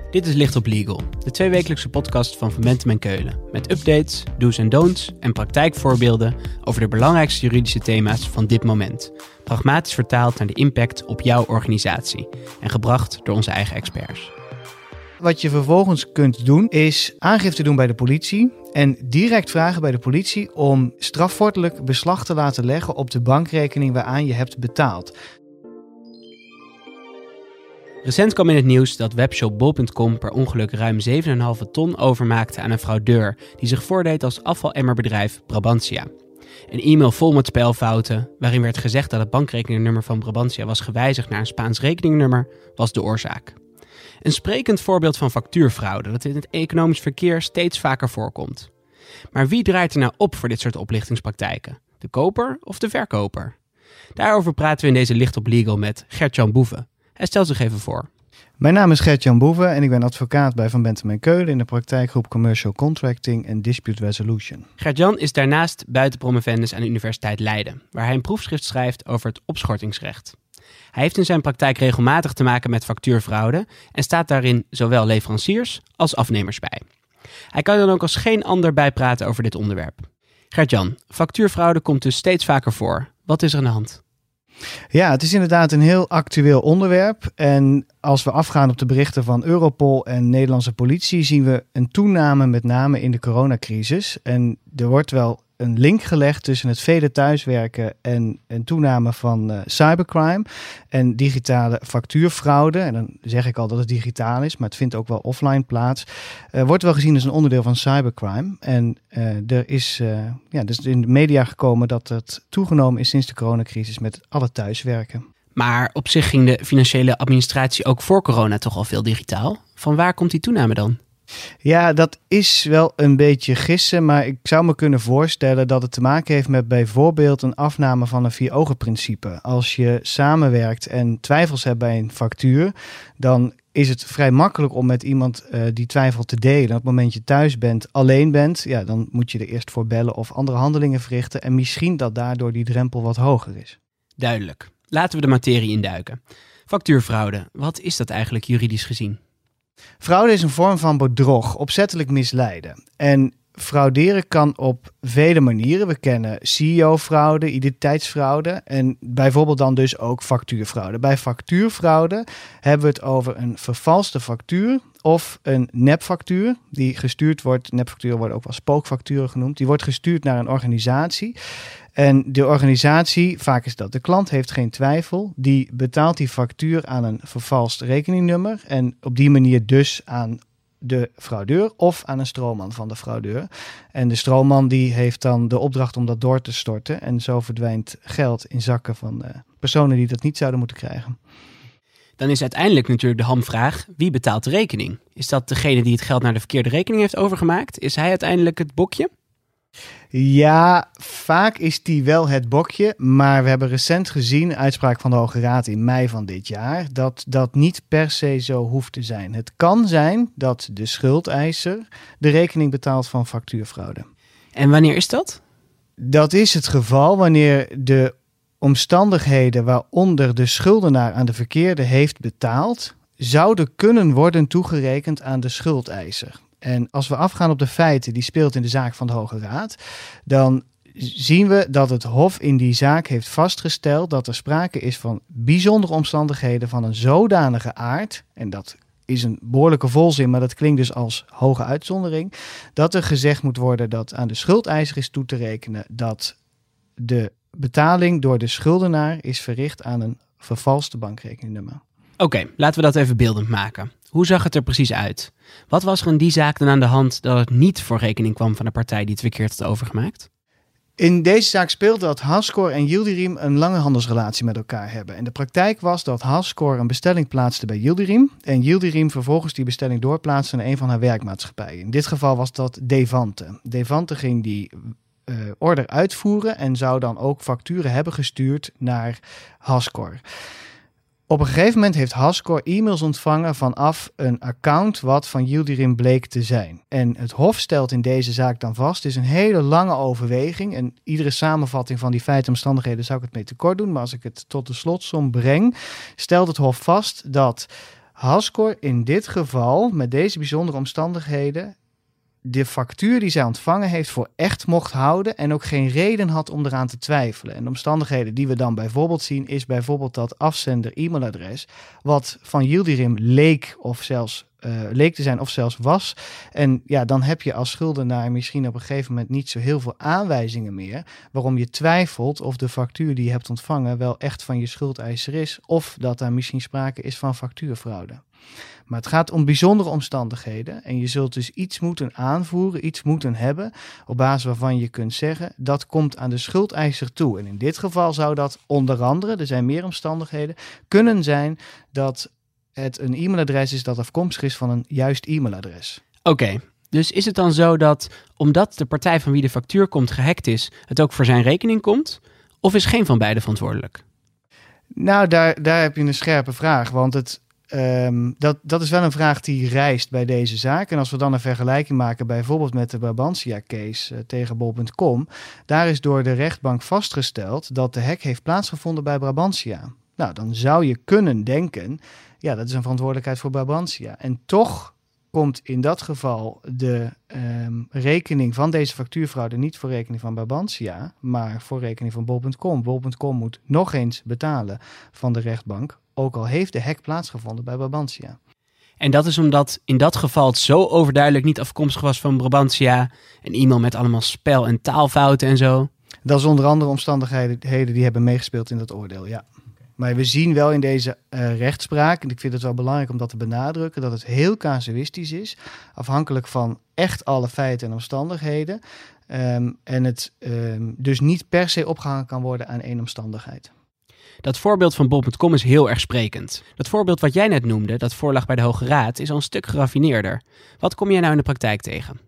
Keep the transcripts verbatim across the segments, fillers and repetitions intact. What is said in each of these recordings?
Dit is Licht op Legal, de tweewekelijkse podcast van Momentum en Keulen. Met updates, do's en don'ts en praktijkvoorbeelden over de belangrijkste juridische thema's van dit moment. Pragmatisch vertaald naar de impact op jouw organisatie en gebracht door onze eigen experts. Wat je vervolgens kunt doen is aangifte doen bij de politie en direct vragen bij de politie om strafvorderlijk beslag te laten leggen op de bankrekening waaraan je hebt betaald. Recent kwam in het nieuws dat webshop bol punt com per ongeluk ruim zeven komma vijf ton overmaakte aan een fraudeur die zich voordeed als afvalemmerbedrijf Brabantia. Een e-mail vol met spelfouten, waarin werd gezegd dat het bankrekeningnummer van Brabantia was gewijzigd naar een Spaans rekeningnummer, was de oorzaak. Een sprekend voorbeeld van factuurfraude dat in het economisch verkeer steeds vaker voorkomt. Maar wie draait er nou op voor dit soort oplichtingspraktijken? De koper of de verkoper? Daarover praten we in deze Licht op Legal met Gert-Jan Boeve. Hij stelt zich even voor. Mijn naam is Gert-Jan Boeve en ik ben advocaat bij Van Bentem en Keulen in de praktijkgroep Commercial Contracting en Dispute Resolution. Gert-Jan is daarnaast buitenpromovendus aan de Universiteit Leiden, waar hij een proefschrift schrijft over het opschortingsrecht. Hij heeft in zijn praktijk regelmatig te maken met factuurfraude en staat daarin zowel leveranciers als afnemers bij. Hij kan dan ook als geen ander bijpraten over dit onderwerp. Gert-Jan, factuurfraude komt dus steeds vaker voor. Wat is er aan de hand? Ja, het is inderdaad een heel actueel onderwerp. En als we afgaan op de berichten van Europol en Nederlandse politie, zien we een toename met name in de coronacrisis. En er wordt wel een link gelegd tussen het vele thuiswerken en een toename van uh, cybercrime en digitale factuurfraude. En dan zeg ik al dat het digitaal is, maar het vindt ook wel offline plaats. Uh, wordt wel gezien als een onderdeel van cybercrime. En uh, er is uh, ja, dus in de media gekomen dat het toegenomen is sinds de coronacrisis met alle thuiswerken. Maar op zich ging de financiële administratie ook voor corona toch al veel digitaal. Van waar komt die toename dan? Ja, dat is wel een beetje gissen, maar ik zou me kunnen voorstellen dat het te maken heeft met bijvoorbeeld een afname van een vier-ogen-principe. Als je samenwerkt en twijfels hebt bij een factuur, dan is het vrij makkelijk om met iemand uh, die twijfel te delen. Op het moment je thuis bent, alleen bent, ja, dan moet je er eerst voor bellen of andere handelingen verrichten en misschien dat daardoor die drempel wat hoger is. Duidelijk. Laten we de materie induiken. Factuurfraude, wat is dat eigenlijk juridisch gezien? Fraude is een vorm van bedrog, opzettelijk misleiden. En frauderen kan op vele manieren. We kennen C E O-fraude, identiteitsfraude en bijvoorbeeld dan dus ook factuurfraude. Bij factuurfraude hebben we het over een vervalste factuur of een nepfactuur die gestuurd wordt. Nepfacturen worden ook wel spookfacturen genoemd. Die wordt gestuurd naar een organisatie. En de organisatie, vaak is dat de klant, heeft geen twijfel. Die betaalt die factuur aan een vervalst rekeningnummer. En op die manier dus aan de fraudeur of aan een stroomman van de fraudeur. En de stroomman die heeft dan de opdracht om dat door te storten. En zo verdwijnt geld in zakken van uh, personen die dat niet zouden moeten krijgen. Dan is uiteindelijk natuurlijk de hamvraag, wie betaalt de rekening? Is dat degene die het geld naar de verkeerde rekening heeft overgemaakt? Is hij uiteindelijk het bokje? Ja, vaak is die wel het bokje, maar we hebben recent gezien, uitspraak van de Hoge Raad in mei van dit jaar, dat dat niet per se zo hoeft te zijn. Het kan zijn dat de schuldeiser de rekening betaalt van factuurfraude. En wanneer is dat? Dat is het geval wanneer de omstandigheden waaronder de schuldenaar aan de verkeerde heeft betaald, zouden kunnen worden toegerekend aan de schuldeiser. En als we afgaan op de feiten die speelt in de zaak van de Hoge Raad, dan zien we dat het Hof in die zaak heeft vastgesteld dat er sprake is van bijzondere omstandigheden van een zodanige aard, en dat is een behoorlijke volzin, maar dat klinkt dus als hoge uitzondering, dat er gezegd moet worden dat aan de schuldeiser is toe te rekenen dat de betaling door de schuldenaar is verricht aan een vervalste bankrekeningnummer. Oké, okay, laten we dat even beeldend maken. Hoe zag het er precies uit? Wat was er in die zaak dan aan de hand dat het niet voor rekening kwam van de partij die het verkeerd had overgemaakt? In deze zaak speelde dat Hascor en Yildirim een lange handelsrelatie met elkaar hebben. En de praktijk was dat Hascor een bestelling plaatste bij Yildirim en Yildirim vervolgens die bestelling doorplaatste naar een van haar werkmaatschappijen. In dit geval was dat Devante. Devante ging die uh, order uitvoeren en zou dan ook facturen hebben gestuurd naar Hascor. Op een gegeven moment heeft Hascor e-mails ontvangen vanaf een account wat van Yildirim bleek te zijn. En het Hof stelt in deze zaak dan vast, het is een hele lange overweging en iedere samenvatting van die feiten en omstandigheden zou ik het mee tekort doen, maar als ik het tot de slotsom breng, stelt het Hof vast dat Haskor in dit geval, met deze bijzondere omstandigheden, de factuur die zij ontvangen heeft voor echt mocht houden en ook geen reden had om eraan te twijfelen. En de omstandigheden die we dan bijvoorbeeld zien is bijvoorbeeld dat afzender e-mailadres wat van Yildirim leek of zelfs uh, leek te zijn of zelfs was. En ja, dan heb je als schuldenaar misschien op een gegeven moment niet zo heel veel aanwijzingen meer waarom je twijfelt of de factuur die je hebt ontvangen wel echt van je schuldeiser is of dat daar misschien sprake is van factuurfraude. Maar het gaat om bijzondere omstandigheden en je zult dus iets moeten aanvoeren, iets moeten hebben op basis waarvan je kunt zeggen dat komt aan de schuldeiser toe. En in dit geval zou dat onder andere, er zijn meer omstandigheden, kunnen zijn dat het een e-mailadres is dat afkomstig is van een juist e-mailadres. Oké, okay, dus is het dan zo dat omdat de partij van wie de factuur komt gehackt is, het ook voor zijn rekening komt? Of is geen van beide verantwoordelijk? Nou, daar, daar heb je een scherpe vraag, want het... Um, dat, dat is wel een vraag die rijst bij deze zaak. En als we dan een vergelijking maken bijvoorbeeld met de Brabantia-case uh, tegen bol punt com, daar is door de rechtbank vastgesteld dat de hack heeft plaatsgevonden bij Brabantia. Nou, dan zou je kunnen denken, ja, dat is een verantwoordelijkheid voor Brabantia. En toch komt in dat geval de um, rekening van deze factuurfraude niet voor rekening van Brabantia, maar voor rekening van bol punt com. bol punt com moet nog eens betalen van de rechtbank, ook al heeft de hack plaatsgevonden bij Brabantia. En dat is omdat in dat geval het zo overduidelijk niet afkomstig was van Brabantia. Een e-mail met allemaal spel- en taalfouten en zo. Dat is onder andere omstandigheden die hebben meegespeeld in dat oordeel, ja. Maar we zien wel in deze uh, rechtspraak, en ik vind het wel belangrijk om dat te benadrukken, dat het heel casuïstisch is, afhankelijk van echt alle feiten en omstandigheden. Um, en het um, dus niet per se opgehangen kan worden aan één omstandigheid. Dat voorbeeld van bol punt com is heel erg sprekend. Dat voorbeeld wat jij net noemde, dat voorlag bij de Hoge Raad, is al een stuk geraffineerder. Wat kom jij nou in de praktijk tegen?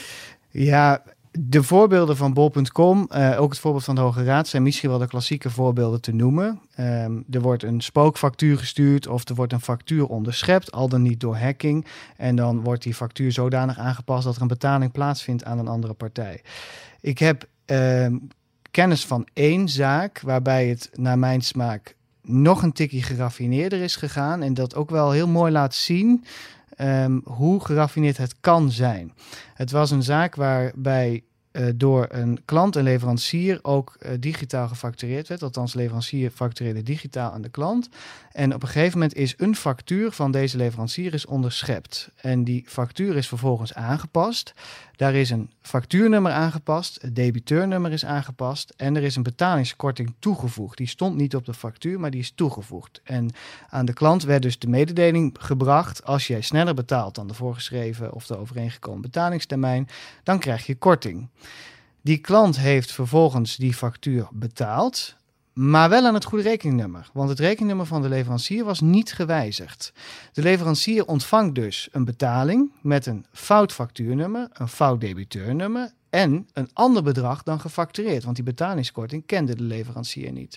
Ja, de voorbeelden van bol punt com, uh, ook het voorbeeld van de Hoge Raad, zijn misschien wel de klassieke voorbeelden te noemen. Um, er wordt een spookfactuur gestuurd of er wordt een factuur onderschept, al dan niet door hacking. En dan wordt die factuur zodanig aangepast dat er een betaling plaatsvindt aan een andere partij. Ik heb um, kennis van één zaak waarbij het naar mijn smaak nog een tikje geraffineerder is gegaan en dat ook wel heel mooi laat zien um, hoe geraffineerd het kan zijn. Het was een zaak waarbij uh, door een klant en leverancier ook uh, digitaal gefactureerd werd. Althans, de leverancier factureerde digitaal aan de klant. En op een gegeven moment is een factuur van deze leverancier is onderschept. En die factuur is vervolgens aangepast. Daar is een factuurnummer aangepast, het debiteurnummer is aangepast en er is een betalingskorting toegevoegd. Die stond niet op de factuur, maar die is toegevoegd. En aan de klant werd dus de mededeling gebracht, als jij sneller betaalt dan de voorgeschreven of de overeengekomen betalingstermijn, dan krijg je korting. Die klant heeft vervolgens die factuur betaald, maar wel aan het goede rekeningnummer, want het rekeningnummer van de leverancier was niet gewijzigd. De leverancier ontvangt dus een betaling met een fout factuurnummer, een fout debiteurnummer en een ander bedrag dan gefactureerd, want die betalingskorting kende de leverancier niet.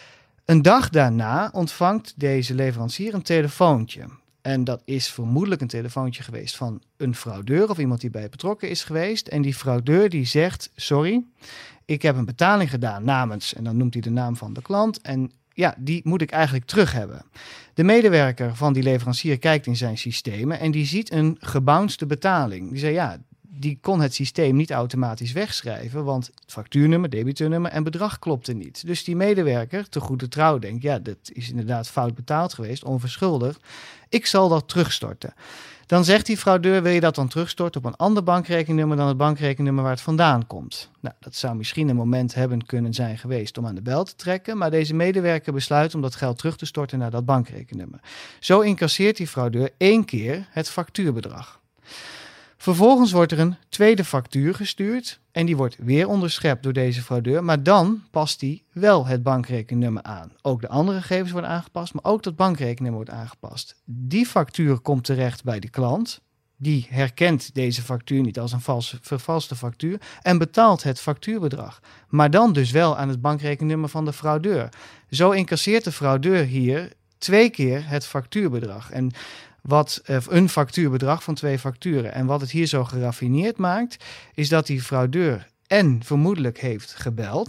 Een dag daarna ontvangt deze leverancier een telefoontje. En dat is vermoedelijk een telefoontje geweest van een fraudeur of iemand die bij betrokken is geweest. En die fraudeur die zegt, sorry, ik heb een betaling gedaan namens, en dan noemt hij de naam van de klant. En ja, die moet ik eigenlijk terug hebben. De medewerker van die leverancier kijkt in zijn systemen en die ziet een gebouncede betaling. Die zei, ja, die kon het systeem niet automatisch wegschrijven, want het factuurnummer, debiteurnummer en bedrag klopte niet. Dus die medewerker, te goede trouw, denkt, ja, dat is inderdaad fout betaald geweest, onverschuldigd. Ik zal dat terugstorten. Dan zegt die fraudeur, wil je dat dan terugstorten op een ander bankrekeningnummer dan het bankrekeningnummer waar het vandaan komt? Nou, dat zou misschien een moment hebben kunnen zijn geweest om aan de bel te trekken, maar deze medewerker besluit om dat geld terug te storten naar dat bankrekeningnummer. Zo incasseert die fraudeur één keer het factuurbedrag. Vervolgens wordt er een tweede factuur gestuurd en die wordt weer onderschept door deze fraudeur, maar dan past hij wel het bankrekeningnummer aan. Ook de andere gegevens worden aangepast, maar ook dat bankrekeningnummer wordt aangepast. Die factuur komt terecht bij de klant, die herkent deze factuur niet als een valse, vervalste factuur en betaalt het factuurbedrag, maar dan dus wel aan het bankrekeningnummer van de fraudeur. Zo incasseert de fraudeur hier twee keer het factuurbedrag en Wat een factuurbedrag van twee facturen. En wat het hier zo geraffineerd maakt, is dat die fraudeur en vermoedelijk heeft gebeld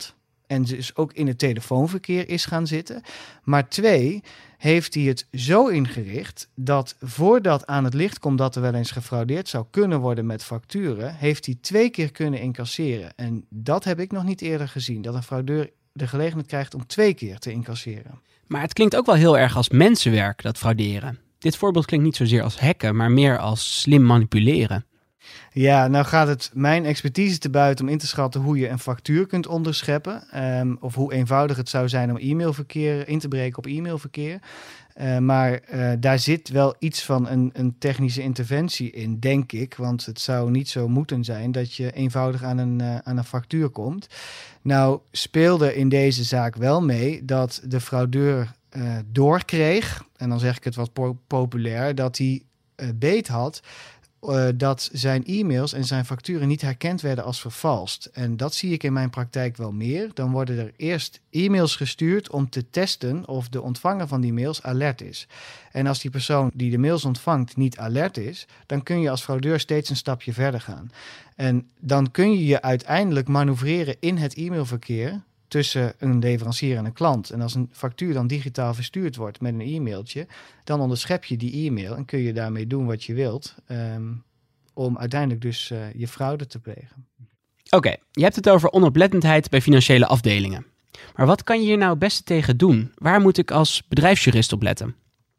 en dus ook in het telefoonverkeer is gaan zitten. Maar twee, heeft hij het zo ingericht dat voordat aan het licht komt dat er wel eens gefraudeerd zou kunnen worden met facturen, heeft hij twee keer kunnen incasseren. En dat heb ik nog niet eerder gezien, dat een fraudeur de gelegenheid krijgt om twee keer te incasseren. Maar het klinkt ook wel heel erg als mensenwerk, dat frauderen. Dit voorbeeld klinkt niet zozeer als hacken, maar meer als slim manipuleren. Ja, nou gaat het mijn expertise te buiten om in te schatten hoe je een factuur kunt onderscheppen. Um, of hoe eenvoudig het zou zijn om e-mailverkeer in te breken op e-mailverkeer. Uh, maar uh, daar zit wel iets van een, een technische interventie in, denk ik. Want het zou niet zo moeten zijn dat je eenvoudig aan een, uh, aan een factuur komt. Nou speelde in deze zaak wel mee dat de fraudeur uh, doorkreeg, en dan zeg ik het wat po- populair, dat hij uh, beet had Uh, dat zijn e-mails en zijn facturen niet herkend werden als vervalst. En dat zie ik in mijn praktijk wel meer. Dan worden er eerst e-mails gestuurd om te testen of de ontvanger van die mails alert is. En als die persoon die de mails ontvangt niet alert is, dan kun je als fraudeur steeds een stapje verder gaan. En dan kun je je uiteindelijk manoeuvreren in het e-mailverkeer tussen een leverancier en een klant. En als een factuur dan digitaal verstuurd wordt met een e-mailtje, dan onderschep je die e-mail en kun je daarmee doen wat je wilt, um, om uiteindelijk dus uh, je fraude te plegen. Oké, okay, je hebt het over onoplettendheid bij financiële afdelingen. Maar wat kan je hier nou het beste tegen doen? Waar moet ik als bedrijfsjurist op letten?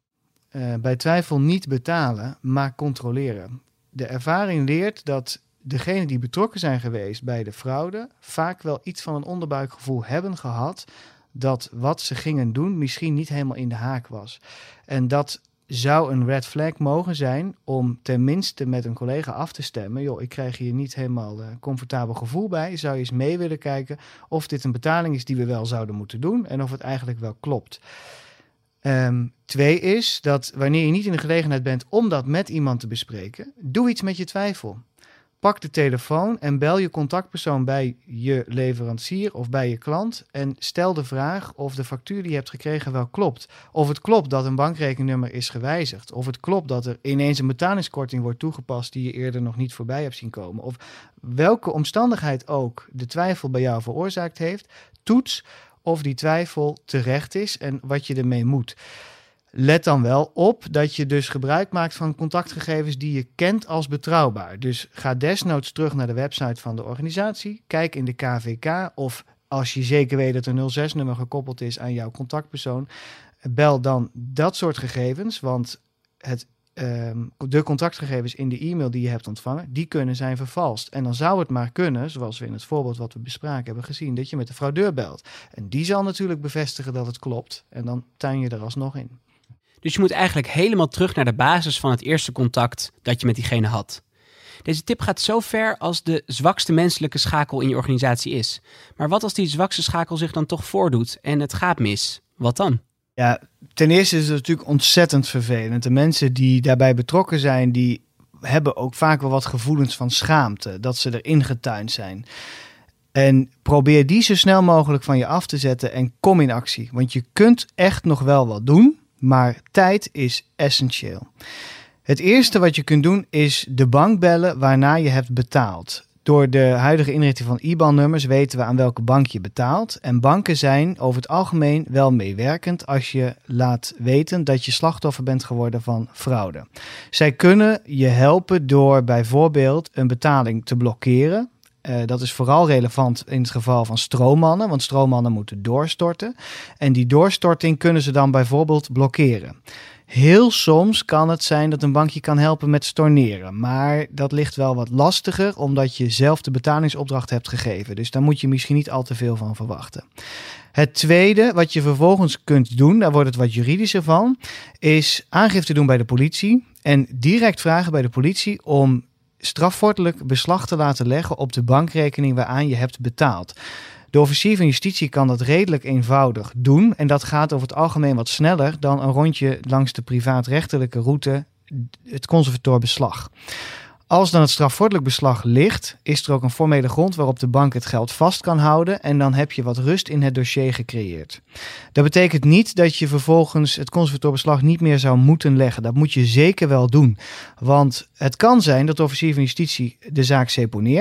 Uh, bij twijfel niet betalen, maar controleren. De ervaring leert dat degenen die betrokken zijn geweest bij de fraude vaak wel iets van een onderbuikgevoel hebben gehad dat wat ze gingen doen misschien niet helemaal in de haak was. En dat zou een red flag mogen zijn om tenminste met een collega af te stemmen. Joh, ik krijg hier niet helemaal een uh, comfortabel gevoel bij. Zou je eens mee willen kijken of dit een betaling is die we wel zouden moeten doen en of het eigenlijk wel klopt. Um, twee is dat wanneer je niet in de gelegenheid bent om dat met iemand te bespreken, doe iets met je twijfel. Pak de telefoon en bel je contactpersoon bij je leverancier of bij je klant en stel de vraag of de factuur die je hebt gekregen wel klopt. Of het klopt dat een bankrekeningnummer is gewijzigd. Of het klopt dat er ineens een betalingskorting wordt toegepast die je eerder nog niet voorbij hebt zien komen. Of welke omstandigheid ook de twijfel bij jou veroorzaakt heeft, toets of die twijfel terecht is en wat je ermee moet. Let dan wel op dat je dus gebruik maakt van contactgegevens die je kent als betrouwbaar. Dus ga desnoods terug naar de website van de organisatie. Kijk in de K V K of als je zeker weet dat een nul zes nummer gekoppeld is aan jouw contactpersoon. Bel dan dat soort gegevens, want het, um, de contactgegevens in de e-mail die je hebt ontvangen, die kunnen zijn vervalst. En dan zou het maar kunnen, zoals we in het voorbeeld wat we bespraken hebben gezien, dat je met de fraudeur belt. En die zal natuurlijk bevestigen dat het klopt en dan tuin je er alsnog in. Dus je moet eigenlijk helemaal terug naar de basis van het eerste contact dat je met diegene had. Deze tip gaat zo ver als de zwakste menselijke schakel in je organisatie is. Maar wat als die zwakste schakel zich dan toch voordoet en het gaat mis? Wat dan? Ja, ten eerste is het natuurlijk ontzettend vervelend. De mensen die daarbij betrokken zijn, die hebben ook vaak wel wat gevoelens van schaamte. Dat ze erin getuind zijn. En probeer die zo snel mogelijk van je af te zetten en kom in actie. Want je kunt echt nog wel wat doen. Maar tijd is essentieel. Het eerste wat je kunt doen is de bank bellen waarna je hebt betaald. Door de huidige inrichting van I B A N-nummers weten we aan welke bank je betaalt. En banken zijn over het algemeen wel meewerkend als je laat weten dat je slachtoffer bent geworden van fraude. Zij kunnen je helpen door bijvoorbeeld een betaling te blokkeren. Uh, dat is vooral relevant in het geval van stroommannen, want stroommannen moeten doorstorten. En die doorstorting kunnen ze dan bijvoorbeeld blokkeren. Heel soms kan het zijn dat een bankje kan helpen met storneren. Maar dat ligt wel wat lastiger, omdat je zelf de betalingsopdracht hebt gegeven. Dus daar moet je misschien niet al te veel van verwachten. Het tweede wat je vervolgens kunt doen, daar wordt het wat juridischer van, is aangifte doen bij de politie. En direct vragen bij de politie om strafvorderlijk beslag te laten leggen op de bankrekening waaraan je hebt betaald. De officier van justitie kan dat redelijk eenvoudig doen en dat gaat over het algemeen wat sneller dan een rondje langs de privaatrechtelijke route, het conservatorbeslag. Als dan het strafvorderlijk beslag ligt, is er ook een formele grond waarop de bank het geld vast kan houden en dan heb je wat rust in het dossier gecreëerd. Dat betekent niet dat je vervolgens het conservatorbeslag niet meer zou moeten leggen. Dat moet je zeker wel doen, want het kan zijn dat de officier van justitie de zaak seponeert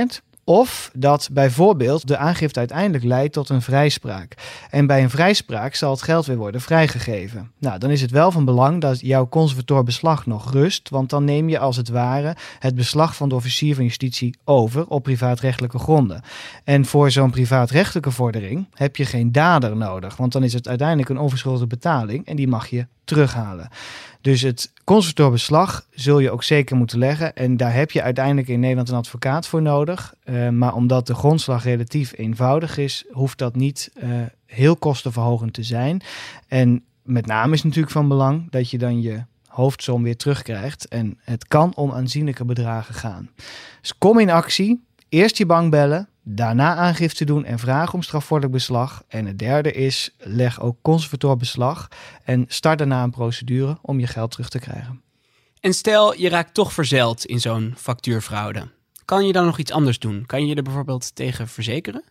Of dat bijvoorbeeld de aangifte uiteindelijk leidt tot een vrijspraak. En bij een vrijspraak zal het geld weer worden vrijgegeven. Nou, dan is het wel van belang dat jouw conservator beslag nog rust, want dan neem je als het ware het beslag van de officier van justitie over op privaatrechtelijke gronden. En voor zo'n privaatrechtelijke vordering heb je geen dader nodig, want dan is het uiteindelijk een onverschuldigde betaling en die mag je terughalen. Dus het conservatorbeslag zul je ook zeker moeten leggen. En daar heb je uiteindelijk in Nederland een advocaat voor nodig. Uh, maar omdat de grondslag relatief eenvoudig is, hoeft dat niet uh, heel kostenverhogend te zijn. En met name is het natuurlijk van belang dat je dan je hoofdsom weer terugkrijgt. En het kan om aanzienlijke bedragen gaan. Dus kom in actie. Eerst je bank bellen. Daarna aangifte doen en vragen om strafvordelijk beslag. En het derde is, leg ook conservator beslag en start daarna een procedure om je geld terug te krijgen. En stel, je raakt toch verzeild in zo'n factuurfraude. Kan je dan nog iets anders doen? Kan je je er bijvoorbeeld tegen verzekeren?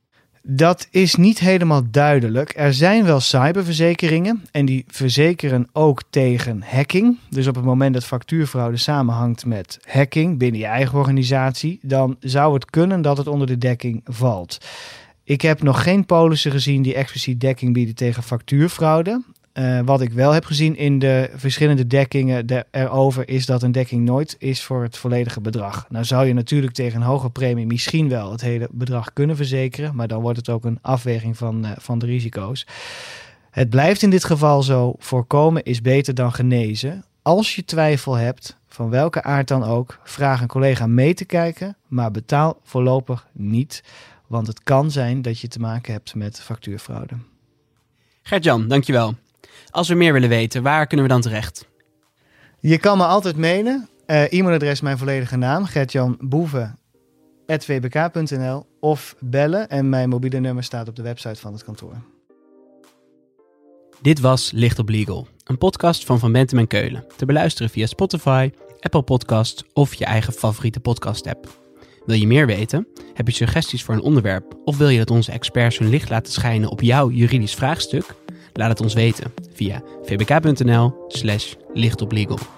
Dat is niet helemaal duidelijk. Er zijn wel cyberverzekeringen en die verzekeren ook tegen hacking. Dus op het moment dat factuurfraude samenhangt met hacking binnen je eigen organisatie, dan zou het kunnen dat het onder de dekking valt. Ik heb nog geen polissen gezien die expliciet dekking bieden tegen factuurfraude. Uh, wat ik wel heb gezien in de verschillende dekkingen de, erover is dat een dekking nooit is voor het volledige bedrag. Nou zou je natuurlijk tegen een hoge premie misschien wel het hele bedrag kunnen verzekeren, maar dan wordt het ook een afweging van, uh, van de risico's. Het blijft in dit geval zo, voorkomen is beter dan genezen. Als je twijfel hebt, van welke aard dan ook, vraag een collega mee te kijken, maar betaal voorlopig niet, want het kan zijn dat je te maken hebt met factuurfraude. Gert-Jan, dankjewel. Als we meer willen weten, waar kunnen we dan terecht? Je kan me altijd mailen. Uh, e-mailadres mijn volledige naam, gertjan boeve apenstaartje v b k punt n l of bellen en mijn mobiele nummer staat op de website van het kantoor. Dit was Licht op Legal, een podcast van Van Bentem en Keulen. Te beluisteren via Spotify, Apple Podcasts of je eigen favoriete podcast-app. Wil je meer weten? Heb je suggesties voor een onderwerp? Of wil je dat onze experts hun licht laten schijnen op jouw juridisch vraagstuk? Laat het ons weten via v b k punt n l slash licht op legal.